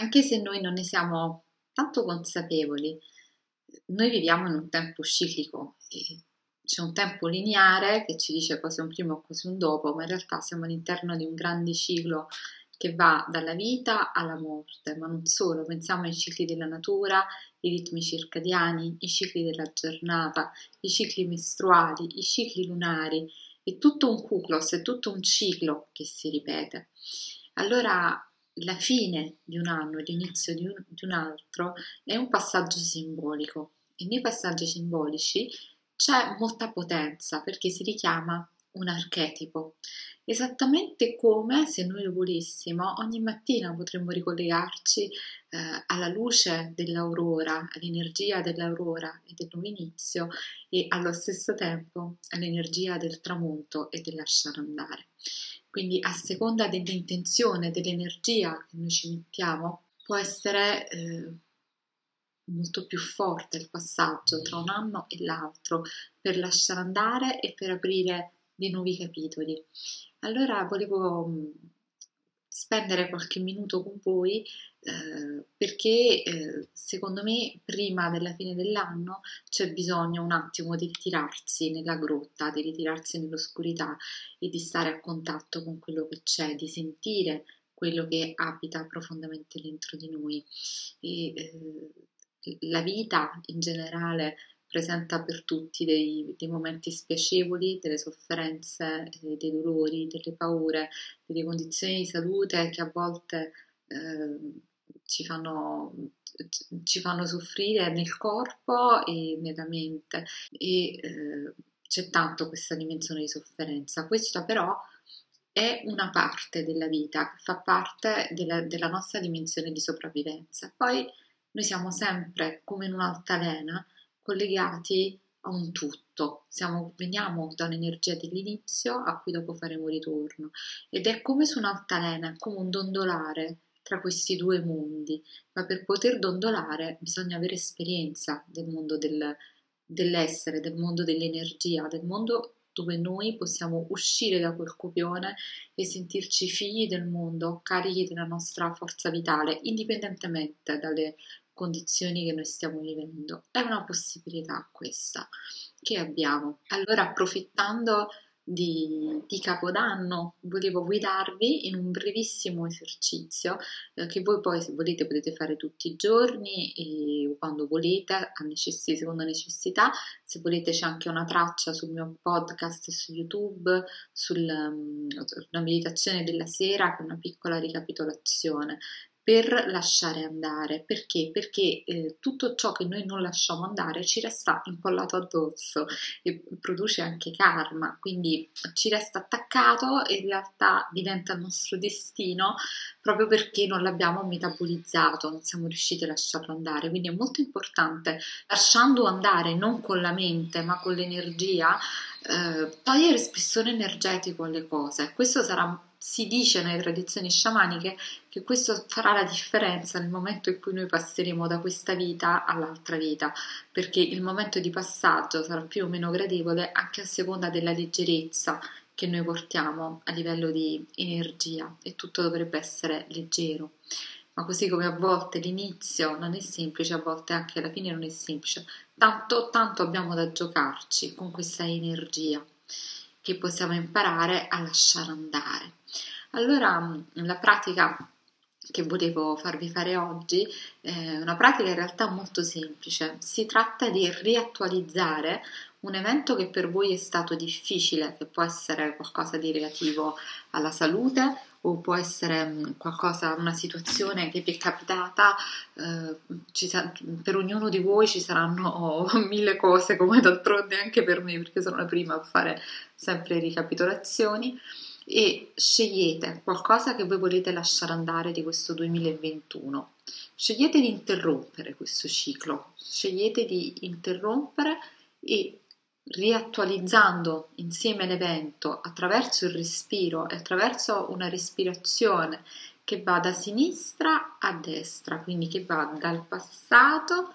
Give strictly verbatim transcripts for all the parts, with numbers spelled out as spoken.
Anche se noi non ne siamo tanto consapevoli, noi viviamo in un tempo ciclico e c'è un tempo lineare che ci dice cos'è un prima o cos'è un dopo, ma in realtà siamo all'interno di un grande ciclo che va dalla vita alla morte, ma non solo, pensiamo ai cicli della natura, i ritmi circadiani, i cicli della giornata, i cicli mestruali, i cicli lunari, è tutto un cuclos, è tutto un ciclo che si ripete. Allora la fine di un anno e l'inizio di un, di un altro è un passaggio simbolico e nei passaggi simbolici c'è molta potenza perché si richiama un archetipo, esattamente come se noi lo volessimo, ogni mattina potremmo ricollegarci eh, alla luce dell'aurora, all'energia dell'aurora e del nuovo inizio e allo stesso tempo all'energia del tramonto e del lasciare andare. Quindi a seconda dell'intenzione, dell'energia che noi ci mettiamo, può essere eh, molto più forte il passaggio tra un anno e l'altro per lasciare andare e per aprire dei nuovi capitoli. Allora volevo mh, spendere qualche minuto con voi eh, perché eh, secondo me prima della fine dell'anno c'è bisogno un attimo di ritirarsi nella grotta, di ritirarsi nell'oscurità e di stare a contatto con quello che c'è, di sentire quello che abita profondamente dentro di noi. E, eh, la vita in generale presenta per tutti dei, dei momenti spiacevoli, delle sofferenze, eh, dei dolori, delle paure, delle condizioni di salute che a volte eh, ci fanno, ci fanno soffrire nel corpo e nella mente e eh, c'è tanto questa dimensione di sofferenza. Questa però è una parte della vita che fa parte della, della nostra dimensione di sopravvivenza. Poi noi siamo sempre come in un'altalena collegati a un tutto, siamo, veniamo da un'energia dell'inizio a cui dopo faremo ritorno ed è come su un'altalena, è come un dondolare tra questi due mondi, ma per poter dondolare bisogna avere esperienza del mondo del, dell'essere, del mondo dell'energia, del mondo dove noi possiamo uscire da quel copione e sentirci figli del mondo, carichi della nostra forza vitale, indipendentemente dalle condizioni che noi stiamo vivendo. È una possibilità questa che abbiamo. Allora, approfittando di, di Capodanno, volevo guidarvi in un brevissimo esercizio eh, che voi poi, se volete, potete fare tutti i giorni e quando volete, a necess- secondo necessità. Se volete, c'è anche una traccia sul mio podcast e su YouTube sulla um, meditazione della sera, che è una piccola ricapitolazione per lasciare andare. Perché? Perché eh, tutto ciò che noi non lasciamo andare ci resta incollato addosso e produce anche karma, quindi ci resta attaccato e in realtà diventa il nostro destino proprio perché non l'abbiamo metabolizzato, non siamo riusciti a lasciarlo andare. Quindi è molto importante, lasciando andare non con la mente ma con l'energia, eh, togliere spessore energetico alle cose. Questo sarà, si dice nelle tradizioni sciamaniche, che questo farà la differenza nel momento in cui noi passeremo da questa vita all'altra vita, perché il momento di passaggio sarà più o meno gradevole anche a seconda della leggerezza che noi portiamo a livello di energia e tutto dovrebbe essere leggero. Ma così come a volte l'inizio non è semplice, a volte anche la fine non è semplice, tanto, tanto abbiamo da giocarci con questa energia che possiamo imparare a lasciare andare. Allora, la pratica che volevo farvi fare oggi è una pratica in realtà molto semplice. Si tratta di riattualizzare un evento che per voi è stato difficile, che può essere qualcosa di relativo alla salute o può essere qualcosa, una situazione che vi è capitata. Eh, ci sa- per ognuno di voi ci saranno oh, mille cose, come d'altronde anche per me, perché sono la prima a fare sempre ricapitolazioni. E scegliete qualcosa che voi volete lasciare andare di questo duemilaventuno. Scegliete di interrompere questo ciclo, scegliete di interrompere e riattualizzando insieme l'evento attraverso il respiro e attraverso una respirazione che va da sinistra a destra, quindi che va dal passato,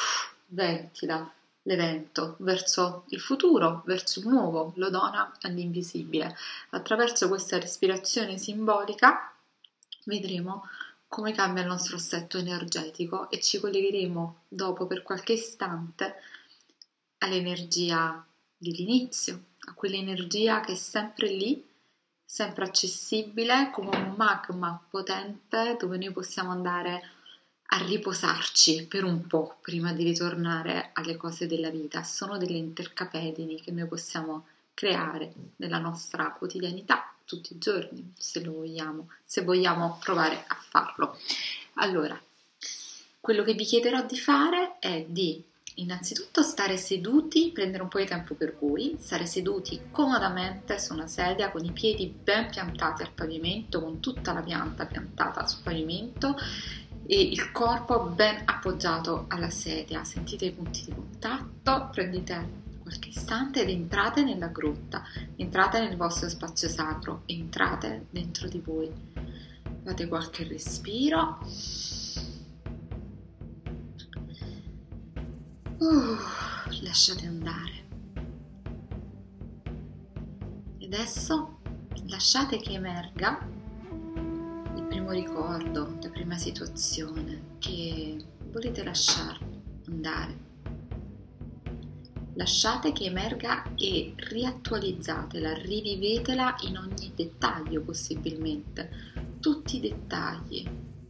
ventila l'evento verso il futuro, verso il nuovo, lo dona all'invisibile. Attraverso questa respirazione simbolica vedremo come cambia il nostro assetto energetico e ci collegheremo dopo per qualche istante all'energia dell'inizio, a quell'energia che è sempre lì, sempre accessibile come un magma potente dove noi possiamo andare a riposarci per un po' prima di ritornare alle cose della vita. Sono delle intercapedini che noi possiamo creare nella nostra quotidianità tutti i giorni, se lo vogliamo, se vogliamo provare a farlo. Allora, quello che vi chiederò di fare è di innanzitutto stare seduti, prendere un po' di tempo per voi, stare seduti comodamente su una sedia con i piedi ben piantati al pavimento, con tutta la pianta piantata sul pavimento e il corpo ben appoggiato alla sedia. Sentite i punti di contatto, prendete qualche istante ed entrate nella grotta, entrate nel vostro spazio sacro, entrate dentro di voi. Fate qualche respiro. Uh, lasciate andare. E adesso lasciate che emerga il primo ricordo, la prima situazione che volete lasciare andare. Lasciate che emerga e riattualizzatela, rivivetela in ogni dettaglio possibilmente, tutti i dettagli.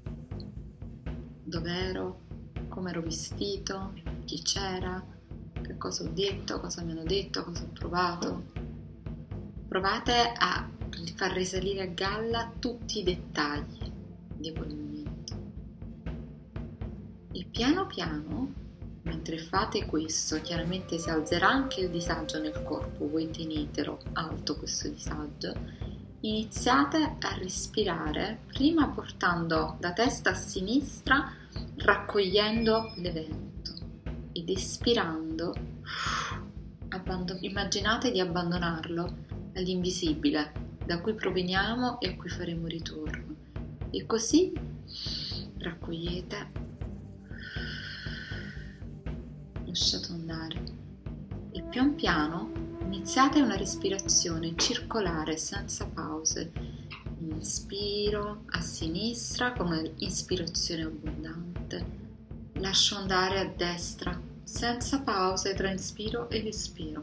Dov'ero, come ero vestito, chi c'era, che cosa ho detto, cosa mi hanno detto, cosa ho provato. Provate a far risalire a galla tutti i dettagli di quel momento. E piano piano, mentre fate questo, chiaramente si alzerà anche il disagio nel corpo, voi tenetelo alto questo disagio, iniziate a respirare, prima portando la testa a sinistra, raccogliendo l'evento ed espirando, abbandon- immaginate di abbandonarlo all'invisibile, da cui proveniamo e a cui faremo ritorno. E così raccogliete, lasciate andare e pian piano iniziate una respirazione circolare senza pause. Inspiro a sinistra con un'ispirazione abbondante, lascio andare a destra senza pause tra inspiro ed espiro.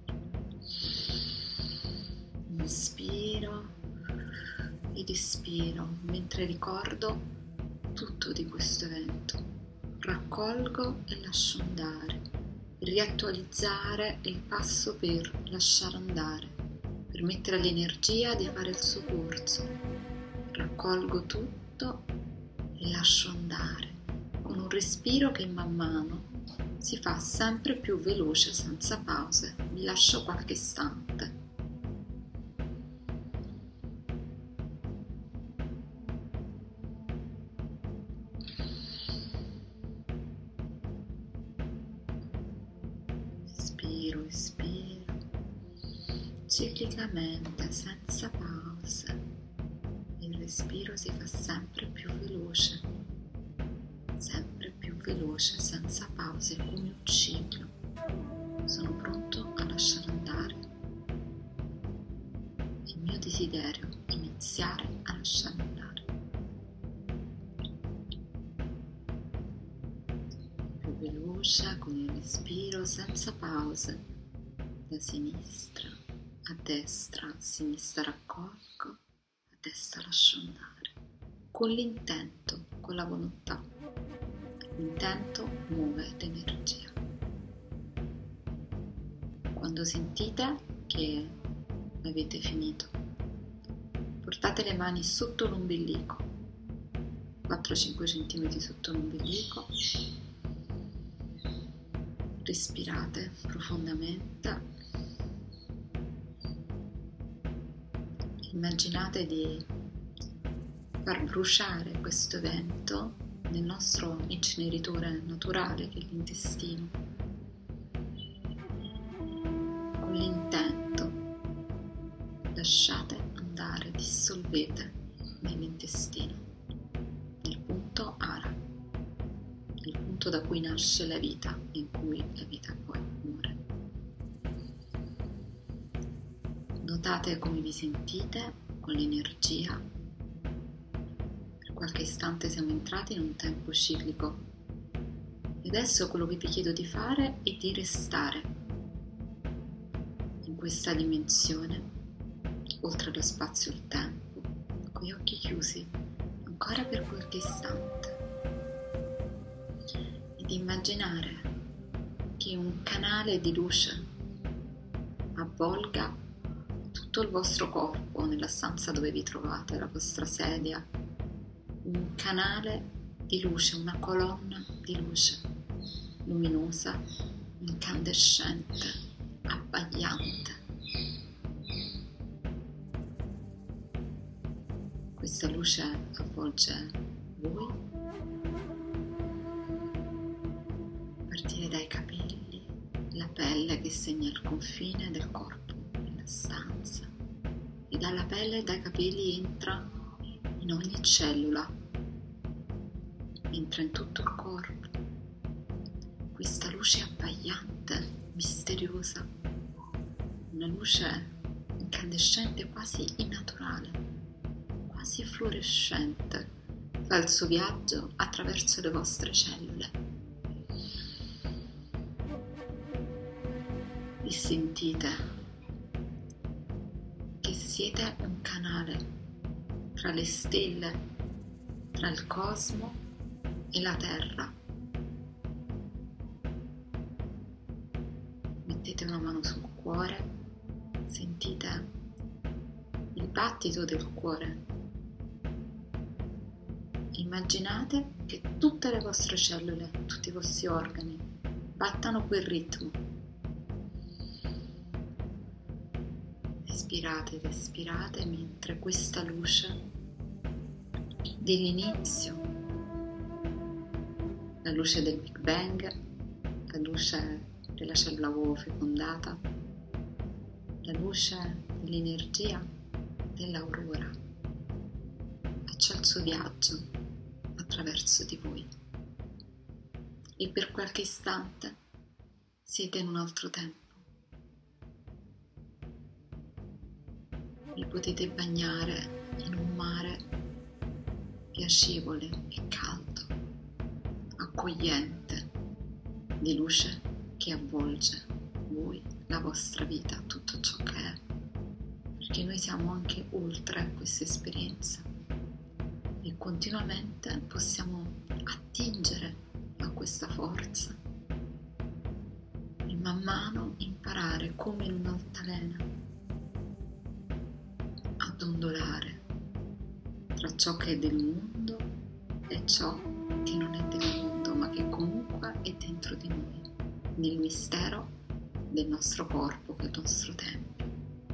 Inspiro ed espiro mentre ricordo tutto di questo evento. Raccolgo e lascio andare, riattualizzare è il passo per lasciare andare, permettere all'energia di fare il suo corso. Raccolgo tutto e lascio andare, con un respiro che man mano si fa sempre più veloce senza pause. Vi lascio qualche istante. Inspiro, espiro, ciclicamente, senza pause. Il respiro si fa sempre più veloce, sempre più veloce, senza pause, come un ciclo. Sono pronto a lasciare andare. Il mio desiderio è iniziare a lasciare andare. Più veloce, con il respiro, senza pause, da sinistra a destra, a sinistra raccolgo, a destra lascio andare, con l'intento, con la volontà. L'intento muove l'energia. Quando sentite che avete finito, portate le mani sotto l'ombilico, quattro cinque centimetri sotto l'ombilico, respirate profondamente, immaginate di far bruciare questo evento nel nostro inceneritore naturale che è l'intestino, con l'intento lasciate andare, dissolvete nell'intestino, nel punto Ara, il punto da cui nasce la vita, in cui la vita poi muore. Notate come vi sentite con l'energia. qualche istante siamo entrati in un tempo ciclico e adesso quello che vi chiedo di fare è di restare in questa dimensione, oltre lo spazio e il tempo, con gli occhi chiusi, ancora per qualche istante, e di immaginare che un canale di luce avvolga tutto il vostro corpo nella stanza dove vi trovate, la vostra sedia, un canale di luce, una colonna di luce luminosa, incandescente, abbagliante. Questa luce avvolge voi a partire dai capelli, la pelle che segna il confine del corpo nella stanza, e dalla pelle e dai capelli entra in ogni cellula, entra in tutto il corpo. Questa luce abbagliante, misteriosa, una luce incandescente, quasi innaturale, quasi fluorescente, fa il suo viaggio attraverso le vostre cellule. E sentite che siete un canale tra le stelle, tra il cosmo e la Terra. Mettete una mano sul cuore, sentite il battito del cuore. Immaginate che tutte le vostre cellule, tutti i vostri organi battano quel ritmo. Respirate ed espirate mentre questa luce dell'inizio, la luce del Big Bang, la luce della cellula uovo fecondata, la luce dell'energia dell'aurora, faccia il suo viaggio attraverso di voi. E per qualche istante siete in un altro tempo. Vi potete bagnare in un mare piacevole e caldo, accogliente, di luce che avvolge voi, la vostra vita, tutto ciò che è, perché noi siamo anche oltre questa esperienza e continuamente possiamo attingere a questa forza e man mano imparare come in un'altalena ad ondolare tra ciò che è del mondo e ciò che non è del mondo, ma che comunque è dentro di noi, nel mistero del nostro corpo, che è il nostro tempio.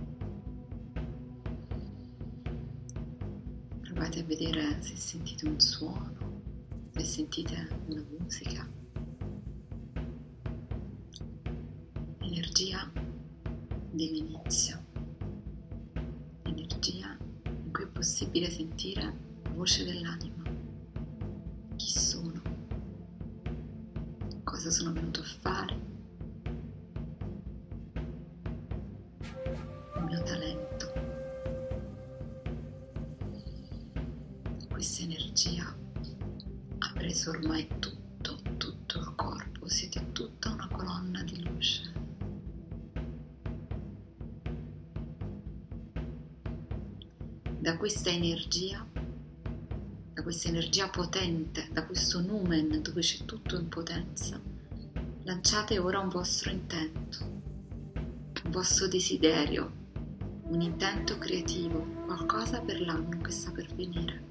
Provate a vedere se sentite un suono, se sentite una musica, l'energia dell'inizio, l'energia in cui è possibile sentire la voce dell'anima. Chi sono? Cosa sono venuto a fare? Il mio talento. Questa energia ha preso ormai tutto, tutto il corpo. Siete tutta una colonna di luce. Da questa energia, da questa energia potente, da questo numen dove c'è tutto in potenza, lanciate ora un vostro intento, un vostro desiderio, un intento creativo, qualcosa per l'anno che sta per venire.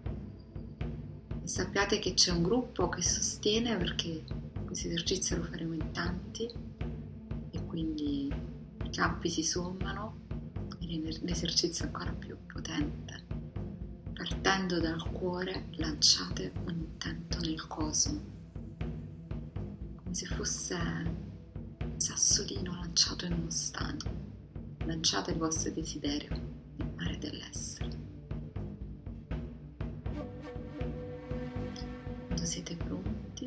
E sappiate che c'è un gruppo che sostiene, perché questo esercizio lo faremo in tanti e quindi i campi si sommano e l'esercizio è ancora più potente. Partendo dal cuore lanciate un intento nel cosmo, come se fosse un sassolino lanciato in uno stagno. Lanciate il vostro desiderio nel mare dell'essere. Quando siete pronti,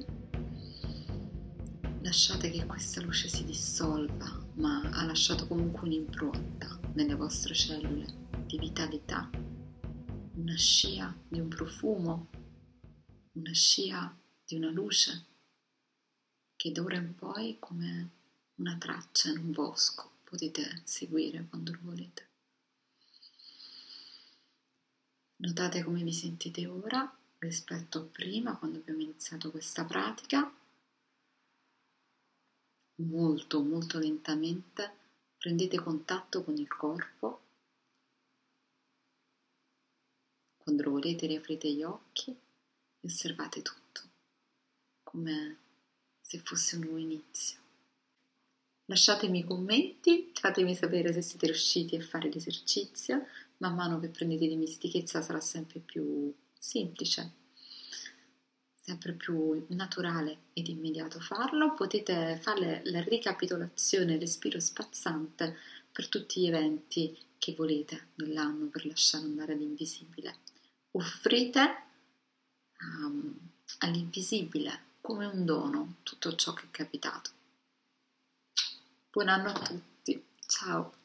lasciate che questa luce si dissolva, ma ha lasciato comunque un'impronta nelle vostre cellule di vitalità, una scia di un profumo, una scia di una luce che d'ora in poi come una traccia in un bosco potete seguire quando lo volete. Notate come vi sentite ora rispetto a prima quando abbiamo iniziato questa pratica. Molto molto lentamente prendete contatto con il corpo. Quando lo volete riaprite gli occhi e osservate tutto come se fosse un nuovo inizio. Lasciatemi i commenti, fatemi sapere se siete riusciti a fare l'esercizio. Man mano che prendete dimestichezza sarà sempre più semplice, sempre più naturale ed immediato farlo. Potete fare la ricapitolazione, respiro spazzante per tutti gli eventi che volete nell'anno per lasciare andare l'invisibile. Offrite um, all'invisibile come un dono tutto ciò che è capitato. Buon anno a tutti, ciao!